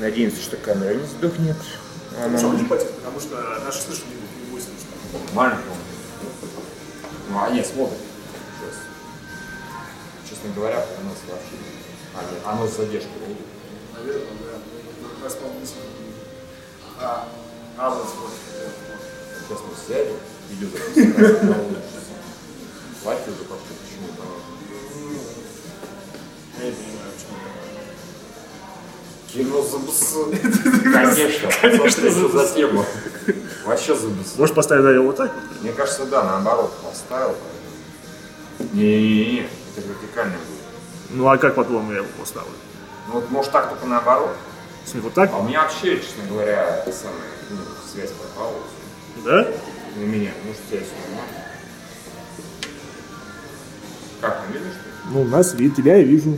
Надеемся, что камера не сдохнет. Что, не хватит, потому что наши слышат не будет слышно. Маленького. Ну, они смотрят. Честно говоря, у нас вообще нет. Оно с задержкой будет. Наверное, да. Вот смотрит. Сейчас мы сядем, видео записываем. Хватит уже как-то почему-то. Я не понимаю, Кино почему. забысы. Конечно, что за тема? Вообще забысы. Может поставить его вот так? Мне кажется, да, наоборот поставил. Не-не-не, это вертикально будет. Ну а как потом я его поставлю? Ну вот может так, только наоборот. Вот так? А у меня вообще, честно говоря, связь пропала. Да? На меня, может связь нормально. Как, не видишь, что ли? Ну, у нас вид, тебя я вижу.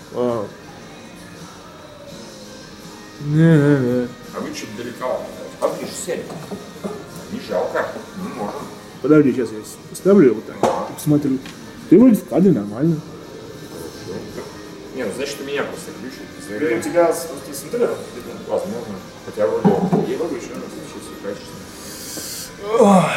Не-не-не. А вы что-то далеко. Поближе сядь. Не жалко, не можем. Подожди, сейчас я поставлю его так. Посмотрю. Ты вроде в кадре нормально. Не, ну значит, у меня просто ключик. Или у тебя с интернетом? Возможно. Хотя вроде я могу еще раз. Сейчас все качественно.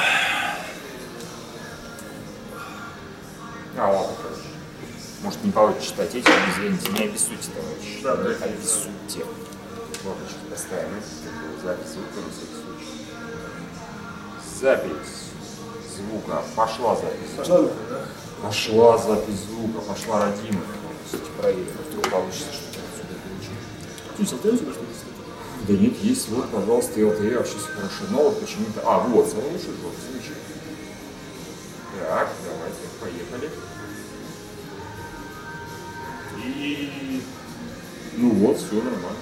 Ладно, короче. Может, не получится читать эти, извините, не обессудьте, товарищи. Да, да. Обессудьте. Ладно, сейчас поставим запись звука на всякий случай. Запись звука. Пошла запись. Пошла звука, да? Пошла запись звука, пошла родимая. Кстати, проверим, вдруг получится что-то отсюда получить. Чуть, ты у тебя что-то? Да нет, есть, вот, пожалуйста, LTE, вообще все хорошо. Но вот почему-то... вот, самый лучший звук, замечательно. Так, давайте, поехали. И... Ну вот, все нормально.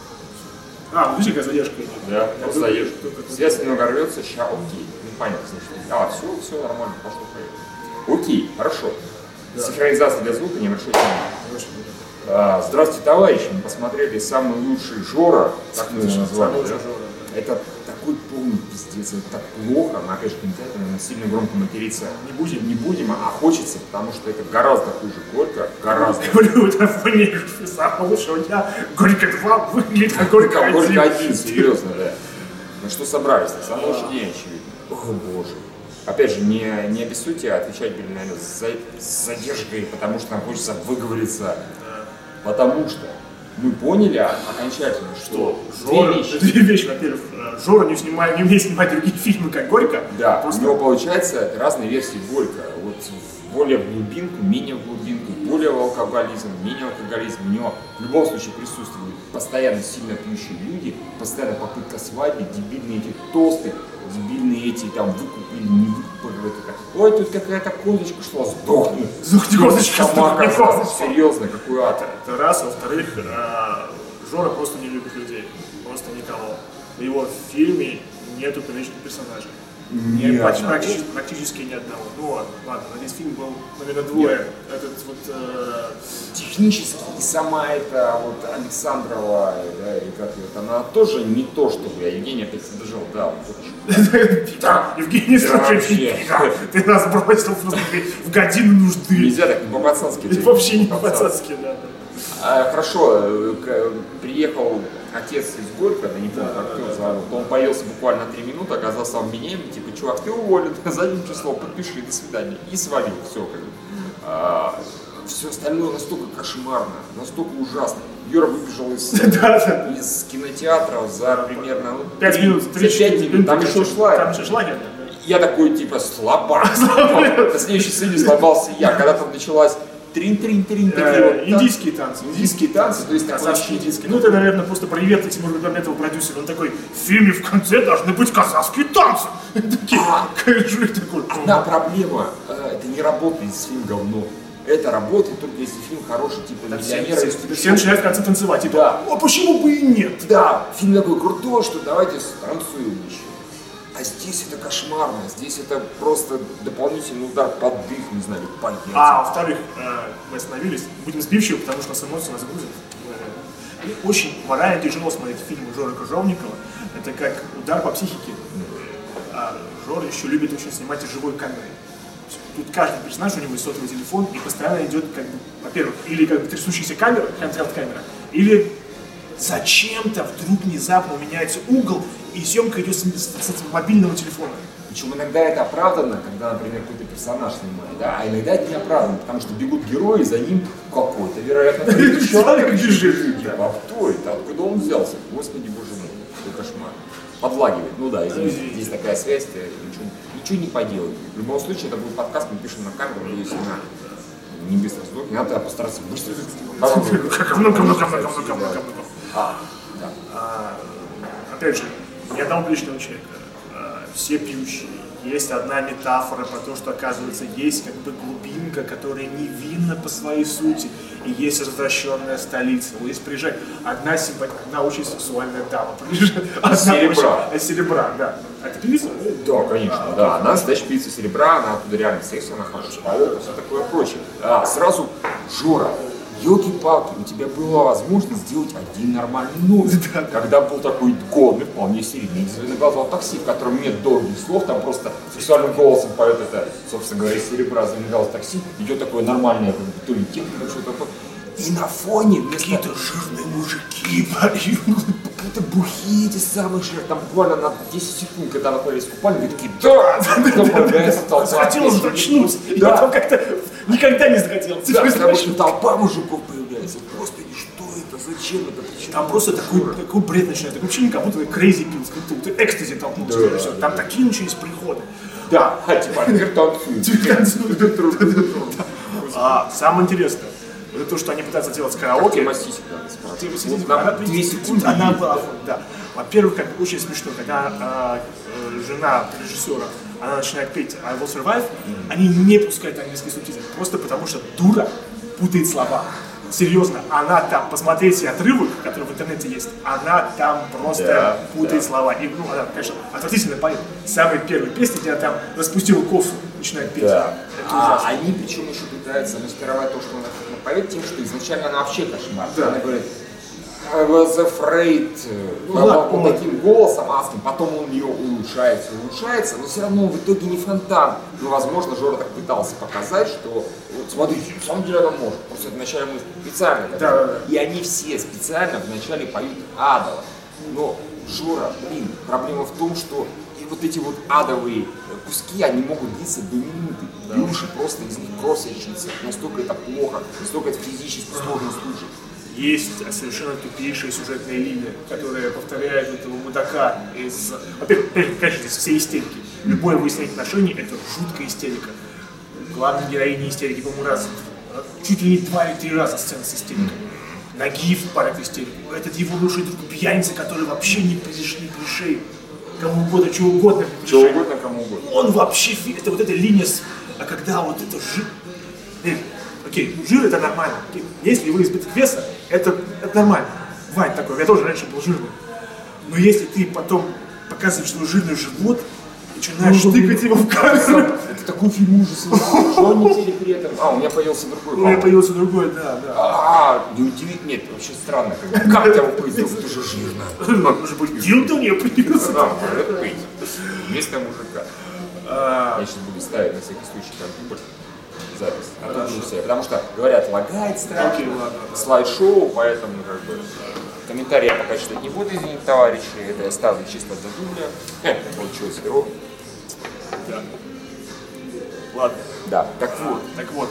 Ну видишь, какая задержка идет. Да, просто задержка. Связь немного рвется, сейчас окей. Непонятно, значит. Все нормально, пошло, поехали. Окей, хорошо. Да. Синхронизация для звука, небольшой тема. Здравствуйте, товарищи. Мы посмотрели самый лучший Жора, так мы его назвали. Да? Это такой полный пиздец, это так плохо. Но опять же, комментаторы, наверное, сильно громко материться не будем, а хочется, потому что это гораздо хуже Горько, гораздо. Самое лучшее, у тебя Горько 2 выглядит, а Горько 1. Горько 1, серьезно, да. Ну что собрались, на самом лучший день, очевидно. О боже. Опять же, не обессудьте, а отвечать были, наверное, с задержкой, потому что нам хочется выговориться. Потому что мы поняли окончательно, что две вещи. Во-первых, Жора не умеет снимать другие фильмы, как Горько. Да, просто... у него получается разные версии Горько. Вот более в глубинку, менее в глубинку, более в алкоголизм, менее в алкоголизм. У него в любом случае присутствуют постоянно сильно пьющие люди, постоянно попытка свадьбы, дебильные эти тосты, дебильные эти там выкупили, не выкупили. Ой, тут какая-то козочка шла, сдохнет. Козочка, серьезно, какой ад. Это раз, во-вторых, Жора просто не любит людей, просто никого. В его фильме нету приличных персонажей. Практически ни одного. Ну ладно, на весь фильм был, наверное, двое. Этот вот... Технически сама эта вот Александрова, да, или как ее, она тоже не то, чтобы я Евгений опять задержал, да, он да, Евгений, слушай, ты нас бросил в годину нужды. Нельзя так не по-пацански. Вообще не по-пацански, да. Хорошо, приехал отец из Горько, да не помню, как актер зовут, он появился буквально 3 минуты, оказался вменяемым, типа, чувак, ты уволен, задним числом, подпиши, до свидания, и свалил, все, как бы. Все остальное настолько кошмарно, настолько ужасно. Юра выбежал из кинотеатра за примерно 5 минут, 5 минут, там еще шла. Там еще шла, я такой, типа, слабак. На следующей сцене слабался я, когда там началась трин-трин-трин, такие вот индийские танцы. Индийские танцы, то есть казахские индийские. Ну это, наверное, просто привет Тимуру Бекмамбетову, продюсеру. Он такой, в фильме в конце должны быть казахские танцы. Одна проблема, это не работает, если фильм говно. Это работает только если фильм хороший, типа «Миллионер». Все начинают в конце танцевать, типа, да. А почему бы и нет? Да, фильм такой крутой, что давайте танцуем еще. А здесь это кошмарно, здесь это просто дополнительный удар под дых, не знаю, по яйцам. Во-вторых, мы остановились, будем сбивчивы, потому что нас эмоции нас грузят. И очень морально тяжело смотреть фильмы Жоры Крыжовникова. Это как удар по психике. А Жора еще любит очень снимать и живой камерой. Тут каждый персонаж, у него есть сотовый телефон, и постоянно идет, как бы, во-первых, или как бы трясущаяся камера, handheld камера, или зачем-то вдруг внезапно меняется угол, и съемка идет с мобильного телефона. Причем иногда это оправданно, когда, например, какой-то персонаж снимает, да, а иногда это не оправданно, потому что бегут герои, за ним какой-то, вероятно, человек бежит. А кто это? Откуда он взялся? Господи, боже мой, какой кошмар. Подлагивает. Ну да, извините, здесь такая связь, ничего не поделать. В любом случае, это будет подкаст, мы пишем на камеру, надеюсь, не быстро звук, не надо постараться быстро опять же, ни одного личного человека. Все пьющие. Есть одна метафора про то, что, оказывается, есть как бы глубинка, которая невинна по своей сути, и есть развращенная столица. Вот если приезжает одна очень сексуальная дама, приезжает серебра, да. А это певица? Да, конечно, да. Она настоящая певица серебра, она оттуда реально секс, она хорошая по опыту, все такое прочее. Сразу, Жора, елки-палки, у тебя была возможность сделать один нормальный номер, когда был такой годный, вполне серийный зеленоглазого такси, в котором нет долгих слов, там просто сексуальным голосом поет это, собственно говоря, серебра зеленоглазого такси, идет такое нормальное, то ли техника, что-то такое. И на фоне какие-то жирные мужики поют. Какие-то бухие эти самые жирные, там буквально на 10 секунд, когда она появилась в купальнике, такие, да, захотел уже очнуться, и потом как-то никогда не захотел. Да, потому что толпа мужиков появляется. Господи, что это, зачем это, почему? Там просто такой бред начинается, такое ощущение, как будто ты крейзи пил, как будто ты экстази толкнулся. Там такие начались приходы. Да, типа, теперь танцуют. Самое интересное, это то, что они пытаются делать с караоке. 2 секунды. Она была, да. Во-первых, как очень смешно, когда жена режиссера, она начинает петь I Will Survive, они не пускают английские субтитры, просто потому что дура путает слова. Серьезно, она там, посмотрите отрывок, который в интернете есть, она там просто путает слова. И, она, конечно, отвратительно поет. Самые первые песни, где она там распустила косу, начинает петь. Да. Они причем еще пытаются маскировать то, что она поет, тем, что изначально она вообще кошмар. Да. Она говорит I was afraid, вот таким голосом адским, потом он ее улучшается, но все равно в итоге не фонтан. Ну, возможно, Жора так пытался показать, что вот, смотрите, на самом деле она может. Просто вначале мы специально и они все специально вначале поют адово. Но, Жора, проблема в том, что и вот эти вот адовые куски, они могут длиться до минуты. И уши просто из них кровь сочится. Настолько это плохо, настолько это физически сложно слушать. Есть совершенно тупейшая сюжетная линия, которая повторяет этого мудака из... Во-первых, конечно, здесь все истерики. Любое выяснение отношений — это жуткая истерика. Главная героиня истерики, по-моему, чуть ли не 2 или 3 раза сцена с истерикой. Нагиев парит истерику. Этот его лучший друг пьяница, который вообще не пришей. Кому угодно, чего угодно. Чего угодно, кому угодно. Он вообще... Это вот эта линия... А когда вот это жир... Окей, жир — это нормально. Если вы избыток веса, это нормально. Бывает такое. Я тоже раньше был жирным. Но если ты потом показываешь свой жирный живот, начинаешь тыкать его в камеру. Это такой фильм ужасов. Что они делали при этом? У меня появился другой. У меня появился другой, да. Не удивительно. Нет, вообще странно. Как тебя появился? Ты же жирная. Может быть, дилдо у нее появился? Это быть. Вместо мужика. Я сейчас буду ставить на всякий случай компьютер. Запись. Потому что, говорят, лагает страшно, слайд-шоу, поэтому как бы комментарии я пока читать не буду, извините, товарищи, это я ставлю чисто для дубля. Получилось здорово. Да. Ладно. Да, так вот.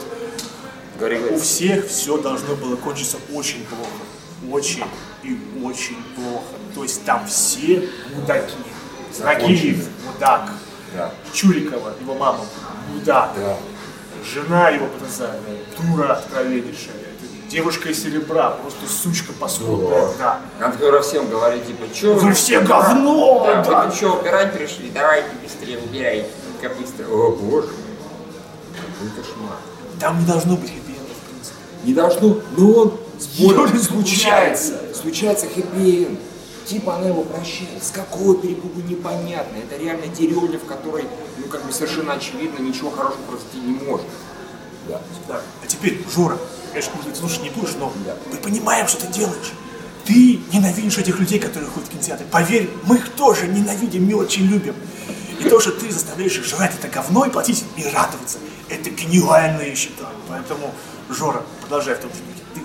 У всех все должно было кончиться очень плохо. Очень и очень плохо. То есть там все мудаки. Нагиев, мудак. Да. Чурикова, его мама, мудак. Да. Жена его потенциальная, дура откровеннейшая. Девушка из серебра, просто сучка паскудная. Да. Которая всем говорит, типа, чё вы все говно! Да. Вы чё, убирать пришли? Давайте быстрее убирайте. Как быстро. О, боже мой. Какой кошмар. Там не должно быть хэппи-энда, в принципе. Не должно, но он случается хэппи-энд. Типа она его прощает. С какого перепугу непонятно. Это реально деревня, в которой, совершенно очевидно, ничего хорошего произойти не может. Да. А теперь, Жора, конечно, слушать не будешь, но мы понимаем, что ты делаешь. Ты ненавидишь этих людей, которые ходят в кинотеатр. Поверь, мы их тоже ненавидим, мы очень любим. И то, что ты заставляешь их жрать это говно и платить и радоваться, это гениально, я считаю. Поэтому, Жора, продолжай в том же духе. Ты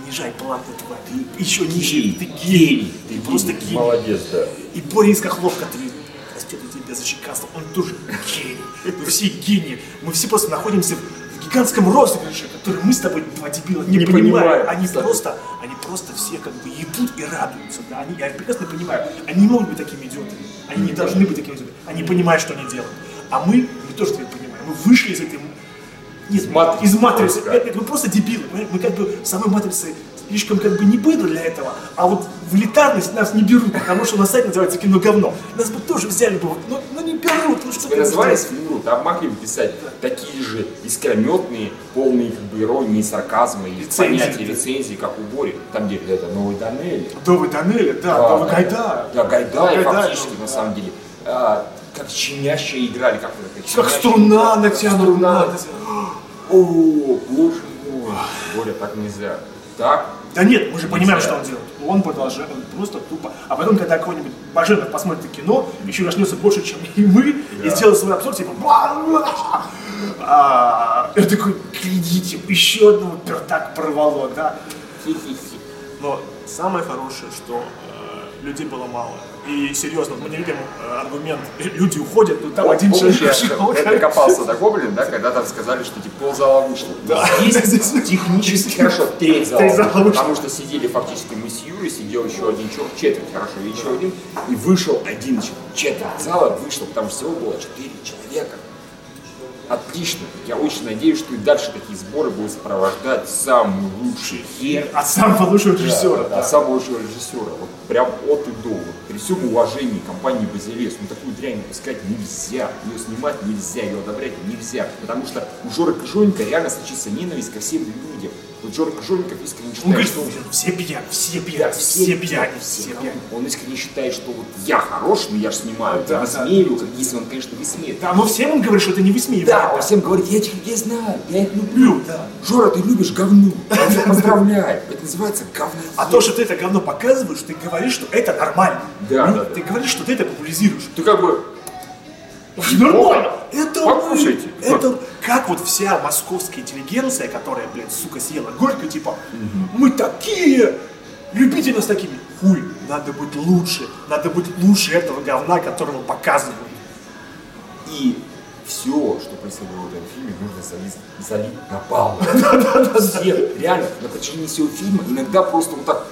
понижай планку, тварь, ты еще ниже, ты гений, ты просто гений. Молодец, да. И Боря из Хохлов, который растет у тебя за чеканством, он тоже гений. Мы все гении, мы все просто находимся в гигантском розыгрыше, который мы с тобой, два дебила, не понимаем. Они просто все как бы едут и радуются, да, я прекрасно понимаю, они не могут быть такими идиотами, они не должны быть такими идиотами, они понимают, что они делают. А мы тоже это понимаем, мы вышли из этой... Нет, из матрицы. Нет, мы просто дебилы. Мы как бы в самой матрице слишком как бы не быдло для этого, а вот в элитарность нас не берут, потому что у нас сайт называется «Кино говно». Нас бы тоже взяли бы, но не берут. Ну, что вы назывались фильму, там могли бы писать такие же искрометные, полные как бы иронии, сарказма и понятия рецензии, как у Бори. Там где это Новый Данелли. Новый Данелли, да, Новый Гайдай. Да, Гайдай фактически, на самом деле. Как щемяще играли, как струна натянута. О, боже мой, Боря, так нельзя. Так? Да нет, мы же понимаем, что он делает. Он продолжает, он просто тупо. А потом, когда какой-нибудь Баженов посмотрит это кино, еще начнется больше, чем и мы, и сделает свой обзор, типа... Я такой, глядите, еще одного пердак порвало, да? Но самое хорошее, что людей было мало. И серьезно, мы не любим аргумент, люди уходят, но там один человек ушел. Я докопался до Гоблина, да, когда там сказали, что типа ползала вышло. Да. Здесь технически хорошо, треть зала вышло, потому что сидели фактически мы с Юрой, сидел еще один человек, четверть, хорошо, и еще один, и вышел один, четверть зала вышло, потому что всего было 4 человека. Отлично. Я очень надеюсь, что и дальше такие сборы будут сопровождать самый лучший хер. От самого лучшего режиссера. Да, от самого лучшего режиссера. Вот прям от и до. Вот, при всем уважении компании «Базилевс», ну такую дрянь выпускать нельзя. Ее снимать нельзя, ее одобрять нельзя. Потому что у Жоры Крыжовника реально случится ненависть ко всем людям. Вот Жора Крыжовников искренне считает, что... Все пьяны, все пьяны, все пьяны, все пьяны. Он искренне считает, что вот я хорош, но я же снимаю, я высмеиваю, если он, конечно, высмеивает. Да, но всем он говорит, что это не высмеивает. Да, он всем говорит, я этих людей знаю, я их люблю. Да. Жора, ты любишь говно. Я тебя поздравляю. Это называется говно. А то, что ты это говно показываешь, ты говоришь, что это нормально. Да. Ты говоришь, что ты это популяризируешь. Ты как бы... Нормально. Это покушайте. Это как вот вся московская интеллигенция, которая, блядь, сука, съела горько, типа, мы такие, любите нас такими. Хуй, надо быть лучше этого говна, которого показывают. И все, что происходило в этом фильме, нужно залить напалм. Все, реально, на протяжении всего фильма иногда просто вот так...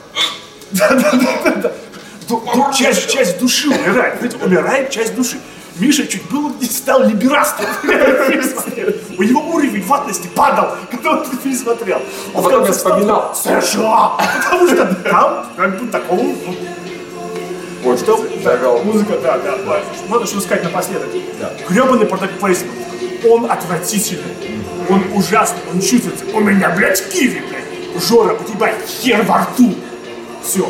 Да. Часть души умирает. Умирает часть души. Миша чуть было не стал либерастом. У него уровень ватности падал, когда он этот фильм смотрел. Он потом я вспоминал. США! Потому что там как бы такого... Вот что музыка, да. Надо что сказать напоследок. Гребаный продакт плейсмент. Он отвратительный. Он ужасный. Он чувствуется. У меня, блядь, киви, блядь. Жора, у тебя хер во рту. Все.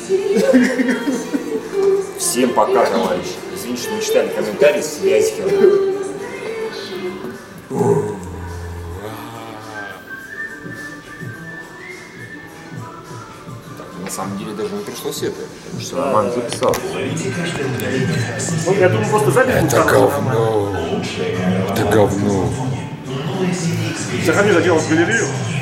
Всем пока, товарищи. Извините, что не читали комментарии, связь хер. На самом деле даже не пришлось это, потому что Роман записал. Ну, я думаю, просто запись будет Это говно. Заходи, заделал в галерею.